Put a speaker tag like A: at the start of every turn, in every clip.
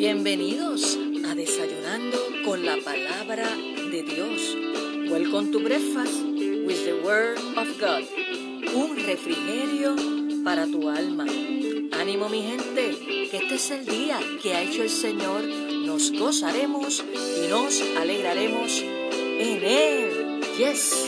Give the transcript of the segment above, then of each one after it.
A: Bienvenidos a Desayunando con la Palabra de Dios. Welcome to breakfast with the Word of God. Un refrigerio para tu alma. Ánimo, mi gente, que este es el día que ha hecho el Señor. Nos gozaremos y nos alegraremos en Él. Yes.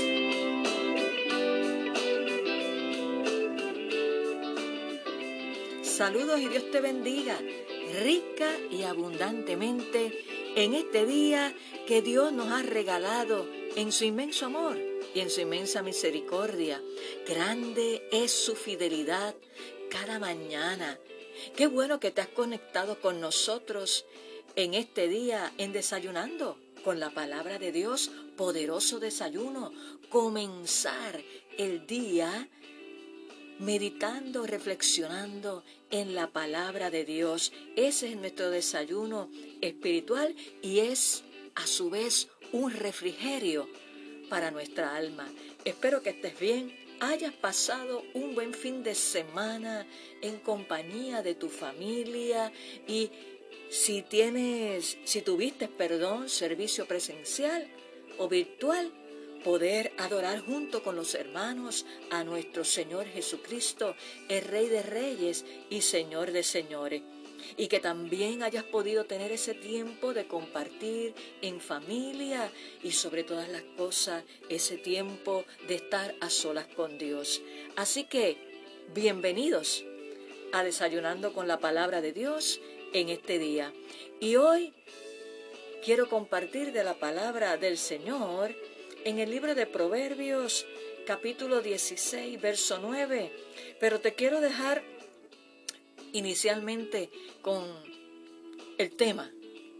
A: Saludos y Dios te bendiga rica y abundantemente en este día que Dios nos ha regalado en su inmenso amor y en su inmensa misericordia. Grande es su fidelidad cada mañana. Qué bueno que te has conectado con nosotros en este día en Desayunando con la Palabra de Dios, poderoso desayuno. Comenzar el día meditando, reflexionando en la palabra de Dios. Ese es nuestro desayuno espiritual y es a su vez un refrigerio para nuestra alma. Espero que estés bien, hayas pasado un buen fin de semana en compañía de tu familia y si tuviste servicio presencial o virtual, poder adorar junto con los hermanos a nuestro Señor Jesucristo, el Rey de Reyes y Señor de Señores. Y que también hayas podido tener ese tiempo de compartir en familia y sobre todas las cosas, ese tiempo de estar a solas con Dios. Así que, bienvenidos a Desayunando con la Palabra de Dios en este día. Y hoy quiero compartir de la palabra del Señor en el libro de Proverbios, capítulo 16, verso 9. Pero te quiero dejar inicialmente con el tema,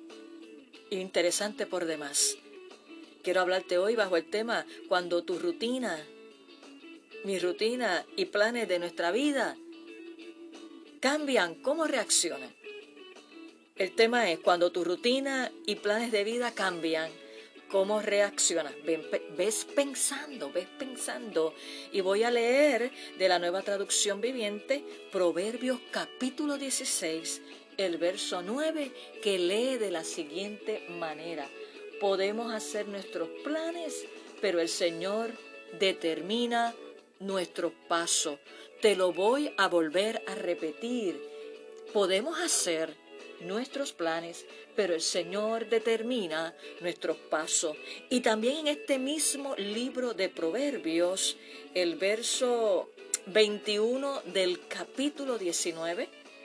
A: interesante por demás. Quiero hablarte hoy bajo el tema, cuando tu rutina, mi rutina y planes de nuestra vida cambian, ¿cómo reaccionan? El tema es, cuando tu rutina y planes de vida cambian, ¿cómo reaccionas? Ves pensando. Y voy a leer de la Nueva Traducción Viviente, Proverbios capítulo 16, el verso 9, que lee de la siguiente manera. Podemos hacer nuestros planes, pero el Señor determina nuestros pasos. Te lo voy a volver a repetir. Podemos hacer nuestros planes, pero el Señor determina nuestros pasos. Y también en este mismo libro de Proverbios, el verso 21 del capítulo 19,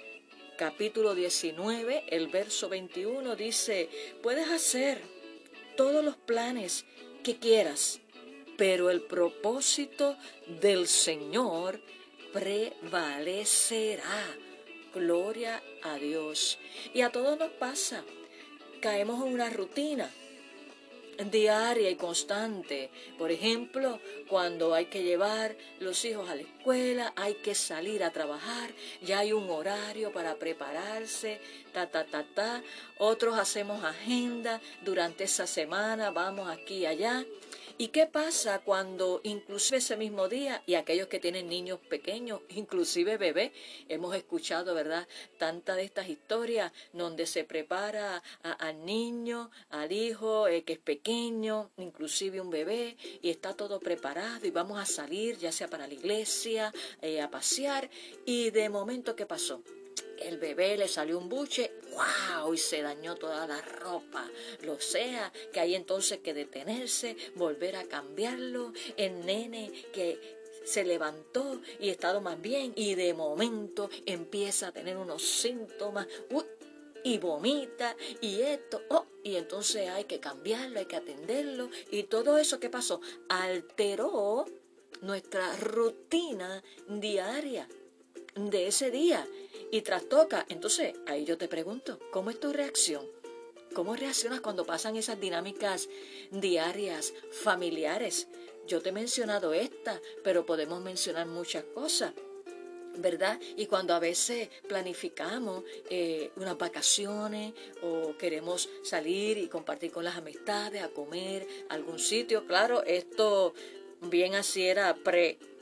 A: el verso 21 dice, puedes hacer todos los planes que quieras, pero el propósito del Señor prevalecerá. Gloria a Dios. Y a todos nos pasa. Caemos en una rutina diaria y constante. Por ejemplo, cuando hay que llevar los hijos a la escuela, hay que salir a trabajar, ya hay un horario para prepararse, Otros hacemos agenda durante esa semana, vamos aquí y allá. ¿Y qué pasa cuando inclusive ese mismo día, y aquellos que tienen niños pequeños, inclusive bebés, hemos escuchado, ¿verdad?, tantas de estas historias donde se prepara al niño, al hijo que es pequeño, inclusive un bebé, y está todo preparado y vamos a salir, ya sea para la iglesia, a pasear, y de momento, ¿qué pasó? El bebé le salió un buche, ¡wow! Y se dañó toda la ropa. Lo sea, que hay entonces que detenerse, volver a cambiarlo. El nene que se levantó y estado más bien, y de momento empieza a tener unos síntomas, y vomita, y esto, y entonces hay que cambiarlo, hay que atenderlo. Y todo eso, ¿qué pasó? Alteró nuestra rutina diaria de ese día y trastoca. Entonces, ahí yo te pregunto, ¿cómo es tu reacción? ¿Cómo reaccionas cuando pasan esas dinámicas diarias, familiares? Yo te he mencionado esta, pero podemos mencionar muchas cosas, ¿verdad? Y cuando a veces planificamos unas vacaciones o queremos salir y compartir con las amistades, a comer a algún sitio, claro, esto bien así era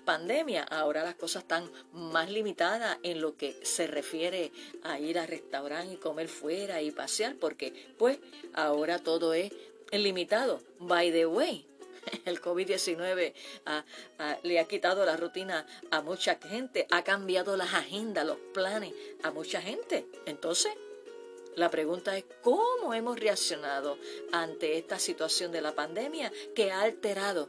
A: pandemia. Ahora las cosas están más limitadas en lo que se refiere a ir a restaurantes y comer fuera y pasear, porque pues ahora todo es limitado. By the way, el COVID-19 le ha quitado la rutina a mucha gente, ha cambiado las agendas, los planes a mucha gente. Entonces, la pregunta es, ¿cómo hemos reaccionado ante esta situación de la pandemia que ha alterado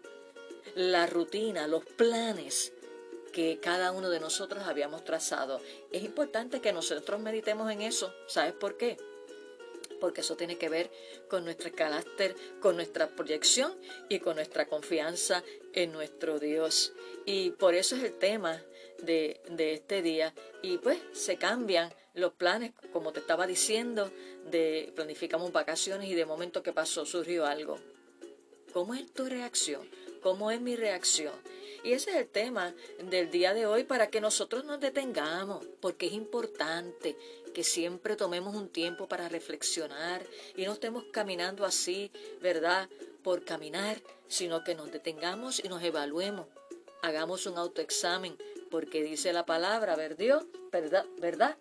A: la rutina, los planes que cada uno de nosotros habíamos trazado? Es importante que nosotros meditemos en eso. ¿Sabes por qué? Porque eso tiene que ver con nuestro carácter, con nuestra proyección y con nuestra confianza en nuestro Dios. Y por eso es el tema de este día. Y pues se cambian los planes, como te estaba diciendo, planificamos vacaciones y de momento que pasó, surgió algo. ¿Cómo es tu reacción? ¿Cómo es mi reacción? Y ese es el tema del día de hoy, para que nosotros nos detengamos, porque es importante que siempre tomemos un tiempo para reflexionar y no estemos caminando así, ¿verdad?, por caminar, sino que nos detengamos y nos evaluemos. Hagamos un autoexamen, porque dice la palabra, ¿verdad?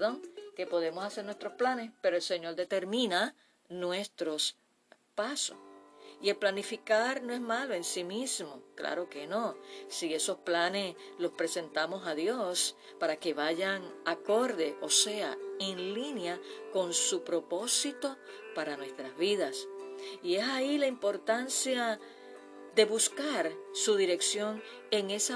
A: Que podemos hacer nuestros planes, pero el Señor determina nuestros pasos. Y el planificar no es malo en sí mismo, claro que no. Si esos planes los presentamos a Dios para que vayan acorde, o sea, en línea con su propósito para nuestras vidas. Y es ahí la importancia de buscar su dirección en esa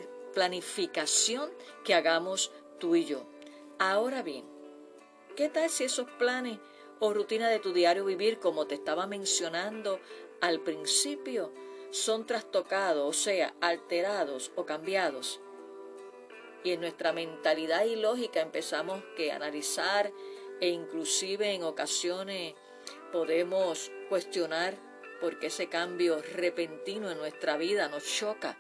A: planificación que hagamos tú y yo. Ahora bien, ¿qué tal si esos planes o rutina de tu diario vivir, como te estaba mencionando al principio, son trastocados, o sea, alterados o cambiados? Y en nuestra mentalidad y lógica empezamos a analizar, e inclusive en ocasiones podemos cuestionar por qué ese cambio repentino en nuestra vida nos choca.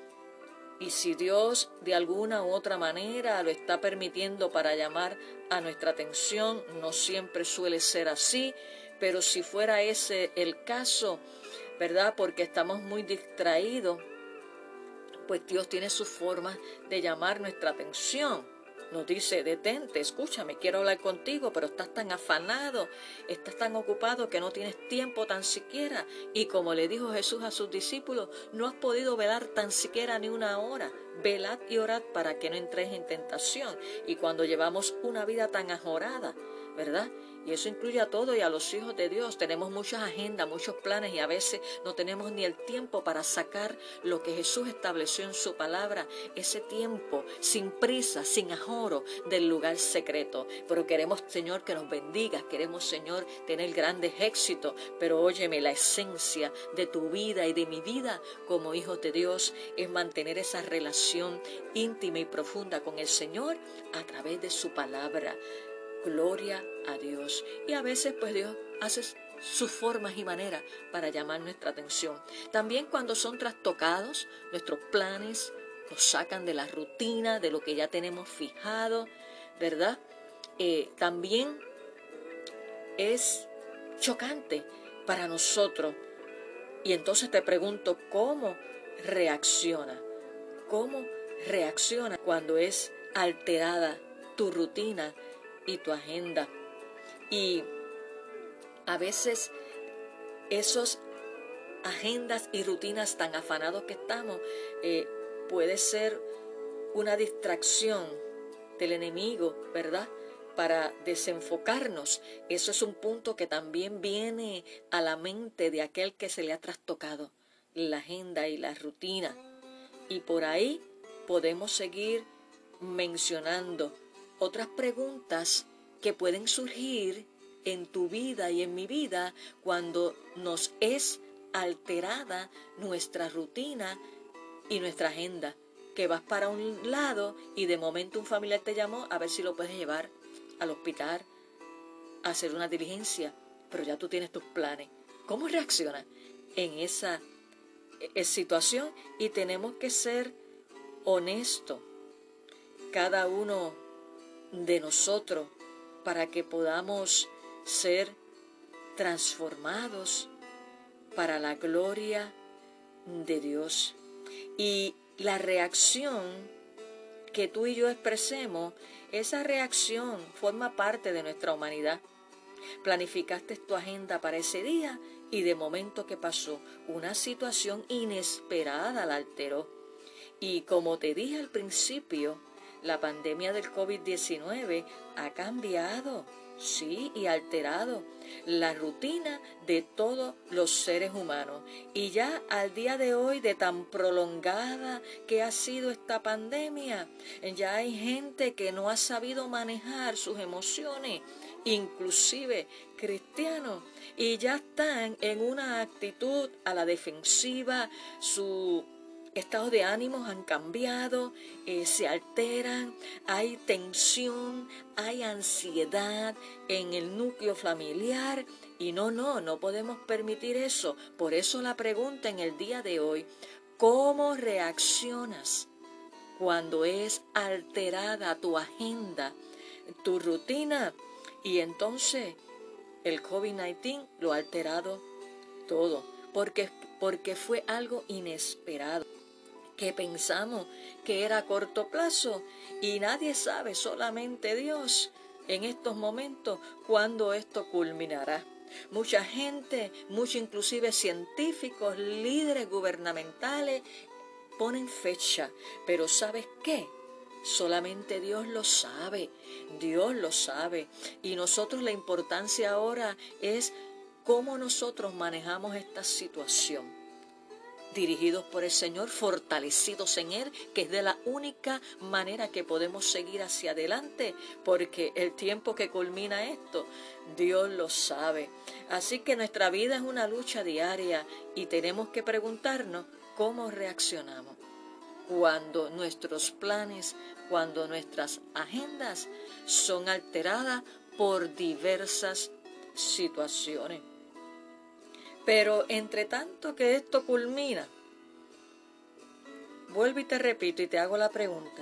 A: Y si Dios de alguna u otra manera lo está permitiendo para llamar a nuestra atención, no siempre suele ser así, pero si fuera ese el caso, ¿verdad?, porque estamos muy distraídos, pues Dios tiene sus formas de llamar nuestra atención. Nos dice, detente, escúchame, quiero hablar contigo, pero estás tan afanado, estás tan ocupado que no tienes tiempo tan siquiera. Y como le dijo Jesús a sus discípulos, no has podido velar tan siquiera ni una hora. Velad y orad para que no entréis en tentación. Y cuando llevamos una vida tan ajorada, ¿verdad?, y eso incluye a todos y a los hijos de Dios. Tenemos muchas agendas, muchos planes y a veces no tenemos ni el tiempo para sacar lo que Jesús estableció en su palabra, ese tiempo sin prisa, sin ajoro del lugar secreto. Pero queremos, Señor, que nos bendigas, queremos, Señor, tener grandes éxitos, pero óyeme, la esencia de tu vida y de mi vida como hijos de Dios es mantener esa relación íntima y profunda con el Señor a través de su palabra. Gloria a Dios. Y a veces pues Dios hace sus formas y maneras para llamar nuestra atención. También cuando son trastocados nuestros planes, nos sacan de la rutina, de lo que ya tenemos fijado, ¿verdad? También es chocante para nosotros. Y entonces te pregunto, ¿cómo reacciona? ¿Cómo reacciona cuando es alterada tu rutina y tu agenda? Y a veces esos agendas y rutinas tan afanados que estamos puede ser una distracción del enemigo, ¿verdad?, para desenfocarnos. Eso es un punto que también viene a la mente de aquel que se le ha trastocado la agenda y la rutina. Y por ahí podemos seguir mencionando otras preguntas que pueden surgir en tu vida y en mi vida cuando nos es alterada nuestra rutina y nuestra agenda. Que vas para un lado y de momento un familiar te llamó a ver si lo puedes llevar al hospital, a hacer una diligencia, pero ya tú tienes tus planes. ¿Cómo reaccionas en esa situación? Y tenemos que ser honestos, cada uno de nosotros, para que podamos ser transformados para la gloria de Dios. Y la reacción que tú y yo expresemos, esa reacción forma parte de nuestra humanidad. Planificaste tu agenda para ese día y de momento, ¿qué pasó? Una situación inesperada la alteró. Y como te dije al principio, la pandemia del COVID-19 ha cambiado, sí, y alterado la rutina de todos los seres humanos. Y ya al día de hoy, de tan prolongada que ha sido esta pandemia, ya hay gente que no ha sabido manejar sus emociones, inclusive cristianos, y ya están en una actitud a la defensiva, su estados de ánimos han cambiado, se alteran, hay tensión, hay ansiedad en el núcleo familiar y no podemos permitir eso. Por eso la pregunta en el día de hoy, ¿cómo reaccionas cuando es alterada tu agenda, tu rutina? Y entonces el COVID-19 lo ha alterado todo, porque fue algo inesperado, que pensamos que era a corto plazo y nadie sabe, solamente Dios, en estos momentos, cuándo esto culminará. Mucha gente, inclusive científicos, líderes gubernamentales, ponen fecha, pero ¿sabes qué? Solamente Dios lo sabe, Dios lo sabe. Y nosotros, la importancia ahora es cómo nosotros manejamos esta situación, dirigidos por el Señor, fortalecidos en Él, que es de la única manera que podemos seguir hacia adelante, porque el tiempo que culmina esto, Dios lo sabe. Así que nuestra vida es una lucha diaria y tenemos que preguntarnos cómo reaccionamos cuando nuestros planes, cuando nuestras agendas son alteradas por diversas situaciones. Pero entre tanto que esto culmina, vuelvo y te repito y te hago la pregunta,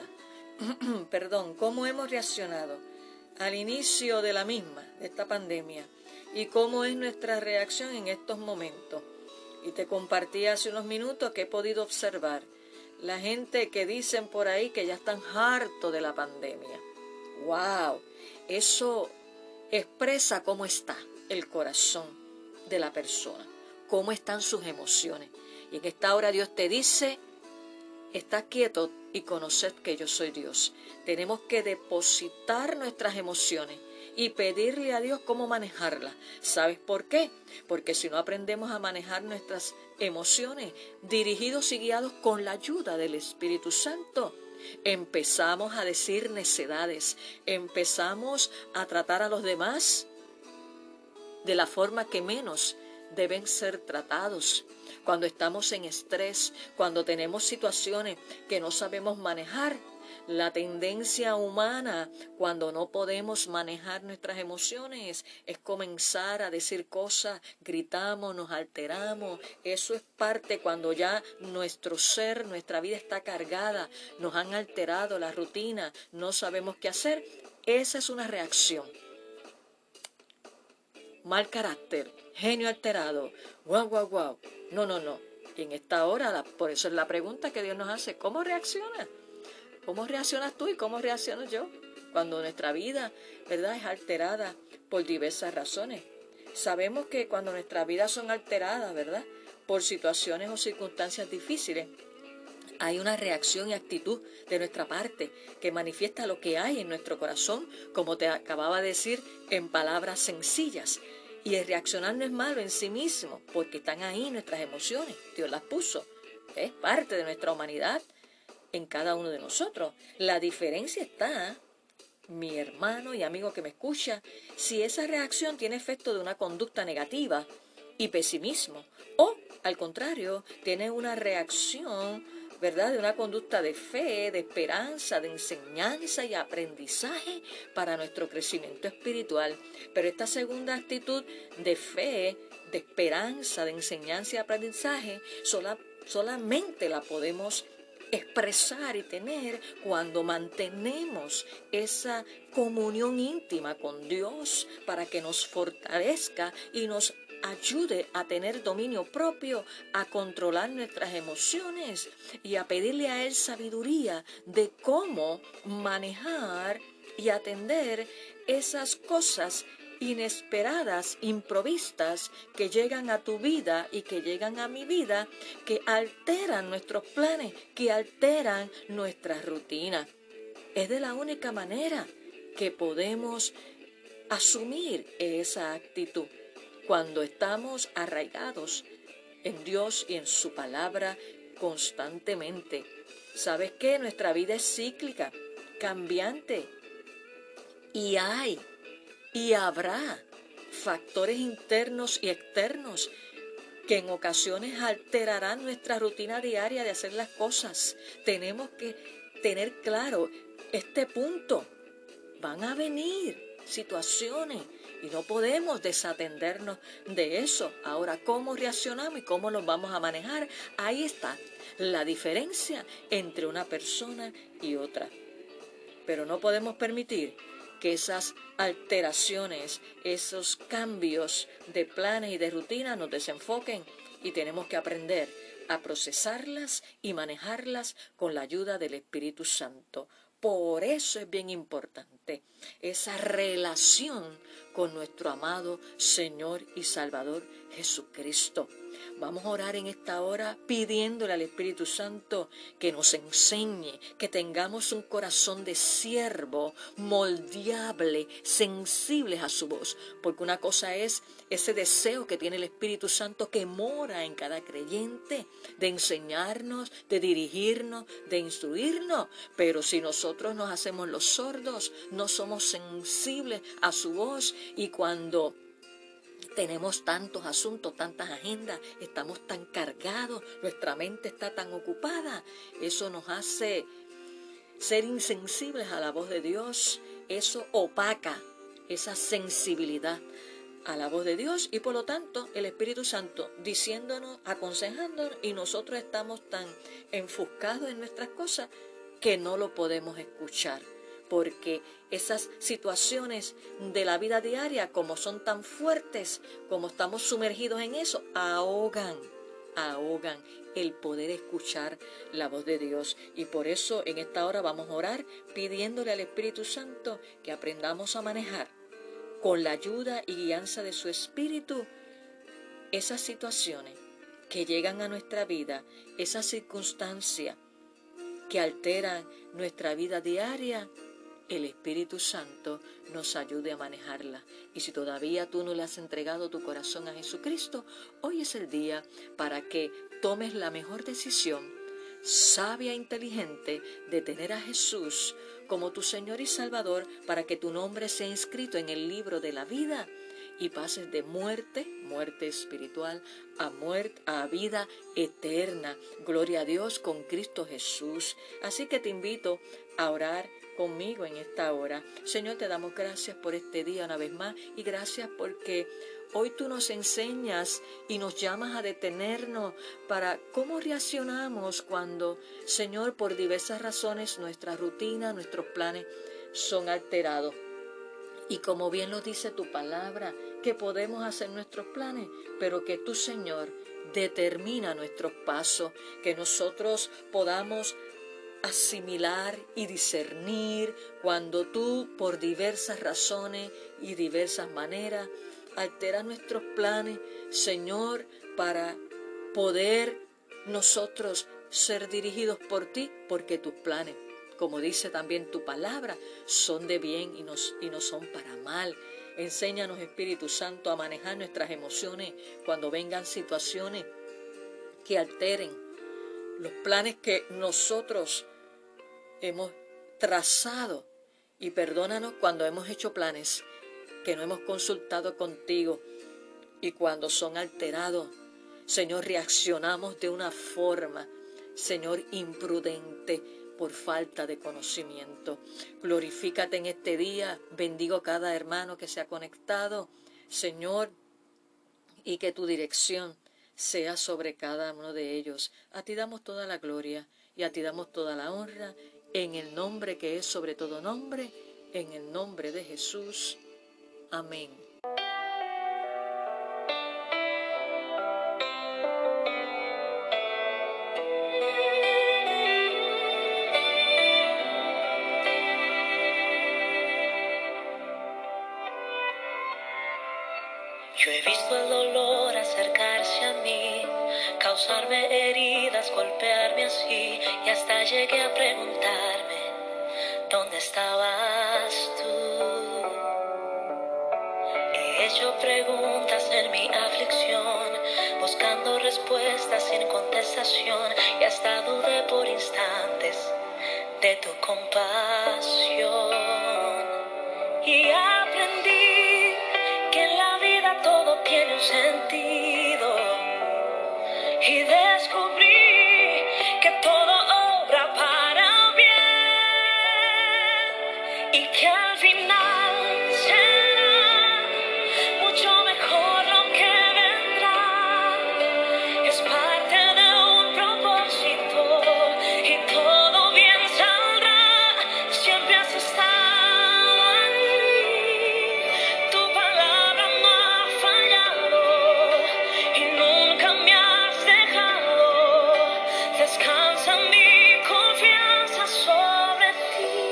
A: ¿cómo hemos reaccionado al inicio de la misma, de esta pandemia? ¿Y cómo es nuestra reacción en estos momentos? Y te compartí hace unos minutos que he podido observar la gente que dicen por ahí que ya están hartos de la pandemia. ¡Wow! Eso expresa cómo está el corazón de la persona, cómo están sus emociones. Y en esta hora Dios te dice, está quieto y conoced que yo soy Dios. Tenemos que depositar nuestras emociones y pedirle a Dios cómo manejarlas. ¿Sabes por qué? Porque si no aprendemos a manejar nuestras emociones, dirigidos y guiados con la ayuda del Espíritu Santo, empezamos a decir necedades, empezamos a tratar a los demás de la forma que menos deben ser tratados. Cuando estamos en estrés, cuando tenemos situaciones que no sabemos manejar, la tendencia humana, cuando no podemos manejar nuestras emociones, es comenzar a decir cosas, gritamos, nos alteramos. Eso es parte cuando ya nuestro ser, nuestra vida está cargada, nos han alterado la rutina, no sabemos qué hacer. Esa es una reacción. Mal carácter, genio alterado, guau. No. Y en esta hora, por eso es la pregunta que Dios nos hace, ¿cómo reaccionas? ¿Cómo reaccionas tú y cómo reacciono yo? Cuando nuestra vida, ¿verdad?, es alterada por diversas razones. Sabemos que cuando nuestras vidas son alteradas, ¿verdad?, por situaciones o circunstancias difíciles, hay una reacción y actitud de nuestra parte que manifiesta lo que hay en nuestro corazón, como te acababa de decir, en palabras sencillas. Y el reaccionar no es malo en sí mismo, porque están ahí nuestras emociones. Dios las puso. Es parte de nuestra humanidad en cada uno de nosotros. La diferencia está, mi hermano y amigo que me escucha, si esa reacción tiene efecto de una conducta negativa y pesimismo, o al contrario, tiene una reacción, ¿verdad?, de una conducta de fe, de esperanza, de enseñanza y aprendizaje para nuestro crecimiento espiritual. Pero esta segunda actitud de fe, de esperanza, de enseñanza y aprendizaje, solamente la podemos expresar y tener cuando mantenemos esa comunión íntima con Dios para que nos fortalezca y nos ayude a tener dominio propio, a controlar nuestras emociones y a pedirle a Él sabiduría de cómo manejar y atender esas cosas inesperadas, improvistas, que llegan a tu vida y que llegan a mi vida, que alteran nuestros planes, que alteran nuestra rutina. Es de la única manera que podemos asumir esa actitud cuando estamos arraigados en Dios y en su palabra constantemente. ¿Sabes qué? Nuestra vida es cíclica, cambiante, y habrá factores internos y externos que en ocasiones alterarán nuestra rutina diaria de hacer las cosas. Tenemos que tener claro este punto. Van a venir situaciones y no podemos desatendernos de eso. Ahora, ¿cómo reaccionamos y cómo los vamos a manejar? Ahí está la diferencia entre una persona y otra. Pero no podemos permitir que esas alteraciones, esos cambios de planes y de rutina nos desenfoquen, y tenemos que aprender a procesarlas y manejarlas con la ayuda del Espíritu Santo. Por eso es bien importante esa relación con nuestro amado Señor y Salvador Jesucristo. Vamos a orar en esta hora pidiéndole al Espíritu Santo que nos enseñe, que tengamos un corazón de siervo, moldeable, sensibles a su voz. Porque una cosa es ese deseo que tiene el Espíritu Santo que mora en cada creyente, de enseñarnos, de dirigirnos, de instruirnos. Pero si nosotros nos hacemos los sordos, no somos sensibles a su voz, y cuando tenemos tantos asuntos, tantas agendas, estamos tan cargados, nuestra mente está tan ocupada, eso nos hace ser insensibles a la voz de Dios. Eso opaca esa sensibilidad a la voz de Dios, y por lo tanto el Espíritu Santo diciéndonos, aconsejándonos, y nosotros estamos tan enfuscados en nuestras cosas que no lo podemos escuchar. Porque esas situaciones de la vida diaria, como son tan fuertes, como estamos sumergidos en eso, ahogan el poder escuchar la voz de Dios. Y por eso en esta hora vamos a orar pidiéndole al Espíritu Santo que aprendamos a manejar con la ayuda y guianza de su Espíritu esas situaciones que llegan a nuestra vida, esas circunstancias que alteran nuestra vida diaria. El Espíritu Santo nos ayude a manejarla. Y si todavía tú no le has entregado tu corazón a Jesucristo, hoy es el día para que tomes la mejor decisión, sabia e inteligente, de tener a Jesús como tu Señor y Salvador, para que tu nombre sea inscrito en el libro de la vida y pases de muerte espiritual, a vida eterna. Gloria a Dios con Cristo Jesús. Así que te invito a orar conmigo en esta hora. Señor, te damos gracias por este día una vez más, y gracias porque hoy tú nos enseñas y nos llamas a detenernos para cómo reaccionamos cuando, Señor, por diversas razones nuestra rutina, nuestros planes son alterados. Y como bien lo dice tu palabra, que podemos hacer nuestros planes, pero que tú, Señor, determina nuestros pasos, que nosotros podamos asimilar y discernir cuando tú, por diversas razones y diversas maneras, alteras nuestros planes, Señor, para poder nosotros ser dirigidos por ti, porque tus planes, como dice también tu palabra, son de bien y no son para mal. Enséñanos, Espíritu Santo, a manejar nuestras emociones cuando vengan situaciones que alteren los planes que nosotros hemos trazado, y perdónanos cuando hemos hecho planes que no hemos consultado contigo, y cuando son alterados, Señor, reaccionamos de una forma, Señor, imprudente por falta de conocimiento. Glorifícate en este día, bendigo cada hermano que se ha conectado, Señor, y que tu dirección sea sobre cada uno de ellos. A ti damos toda la gloria y a ti damos toda la honra, en el nombre que es sobre todo nombre, en el nombre de Jesús. Amén.
B: Yo he visto el dolor acercarse a mí, causarme heridas, golpearme así, y hasta llegué a preguntarme, ¿dónde estabas tú? He hecho preguntas en mi aflicción, buscando respuestas sin contestación, y hasta dudé por instantes de tu compasión. Y aprendí que en la vida todo tiene un sentido, y descubrí que todo obra para bien, y que al final será mucho mejor lo que vendrá. Es parte de un propósito y todo bien saldrá. Siempre has estado ahí, tu palabra no ha fallado y nunca me has dejado. Descansa mi confianza sobre ti.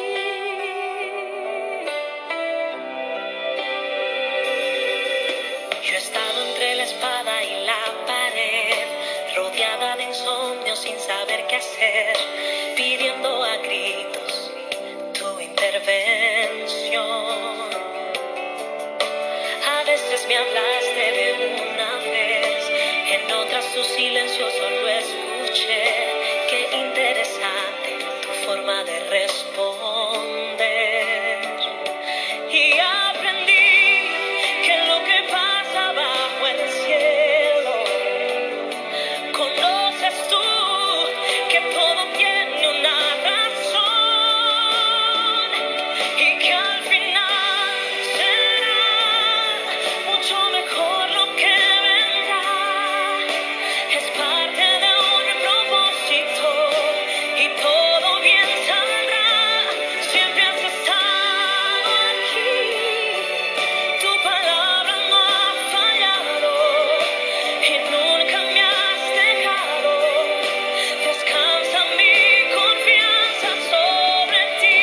B: Yo he estado entre la espada y la pared, rodeada de insomnio sin saber qué hacer, pidiendo a gritos tu intervención. A veces me hablaste de una vez, en otras tu silencio solo escuché. Qué interesante tu forma de responder. Y aprendí que lo que pasa bajo el cielo, conoces tú, que todo tiene una razón, y que al final será mucho mejor lo que vendrá. Es parte de un propósito y todo bien saldrá. Siempre has estado aquí, tu palabra no ha fallado y nunca me has dejado. Descansa mi confianza sobre ti.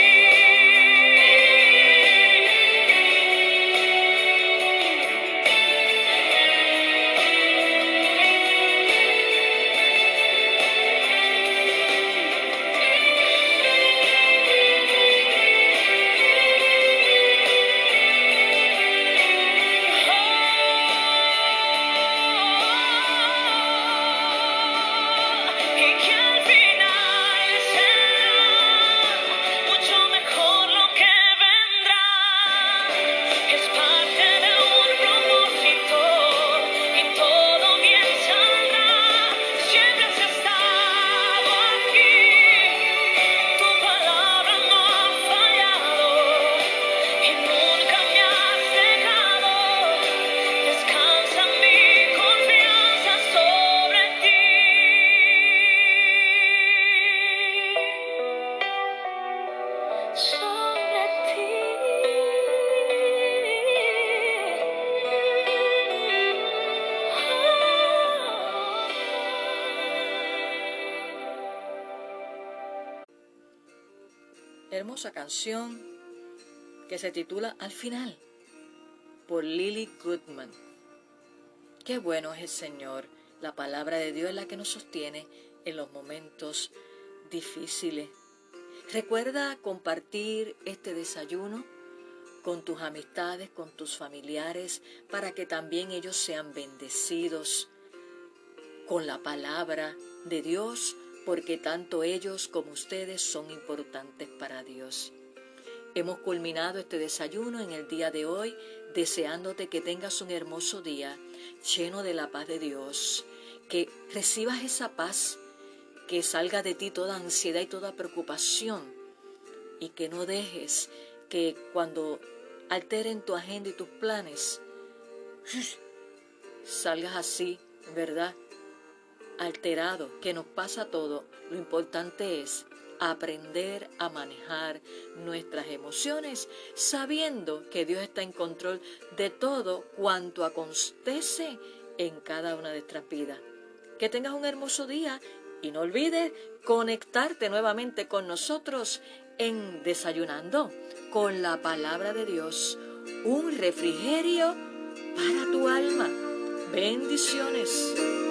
B: Y que al final será mucho mejor lo que vendrá. Es parte de un propósito y todo bien saldrá. Siempre has estado aquí, tu palabra no ha fallado y nunca me has dejado. Descansa mi confianza sobre ti. Sobre ti.
A: Hermosa canción que se titula Al final, por Lily Goodman. Qué bueno es el Señor. La palabra de Dios es la que nos sostiene en los momentos difíciles. Recuerda compartir este desayuno con tus amistades, con tus familiares, para que también ellos sean bendecidos con la palabra de Dios, porque tanto ellos como ustedes son importantes para Dios. Hemos culminado este desayuno en el día de hoy, deseándote que tengas un hermoso día lleno de la paz de Dios, que recibas esa paz, que salga de ti toda ansiedad y toda preocupación, y que no dejes que cuando alteren tu agenda y tus planes, salgas así, ¿verdad?, alterado, que nos pasa todo. Lo importante es aprender a manejar nuestras emociones, sabiendo que Dios está en control de todo cuanto acontece en cada una de nuestras vidas. Que tengas un hermoso día y no olvides conectarte nuevamente con nosotros en Desayunando con la Palabra de Dios, un refrigerio para tu alma. Bendiciones.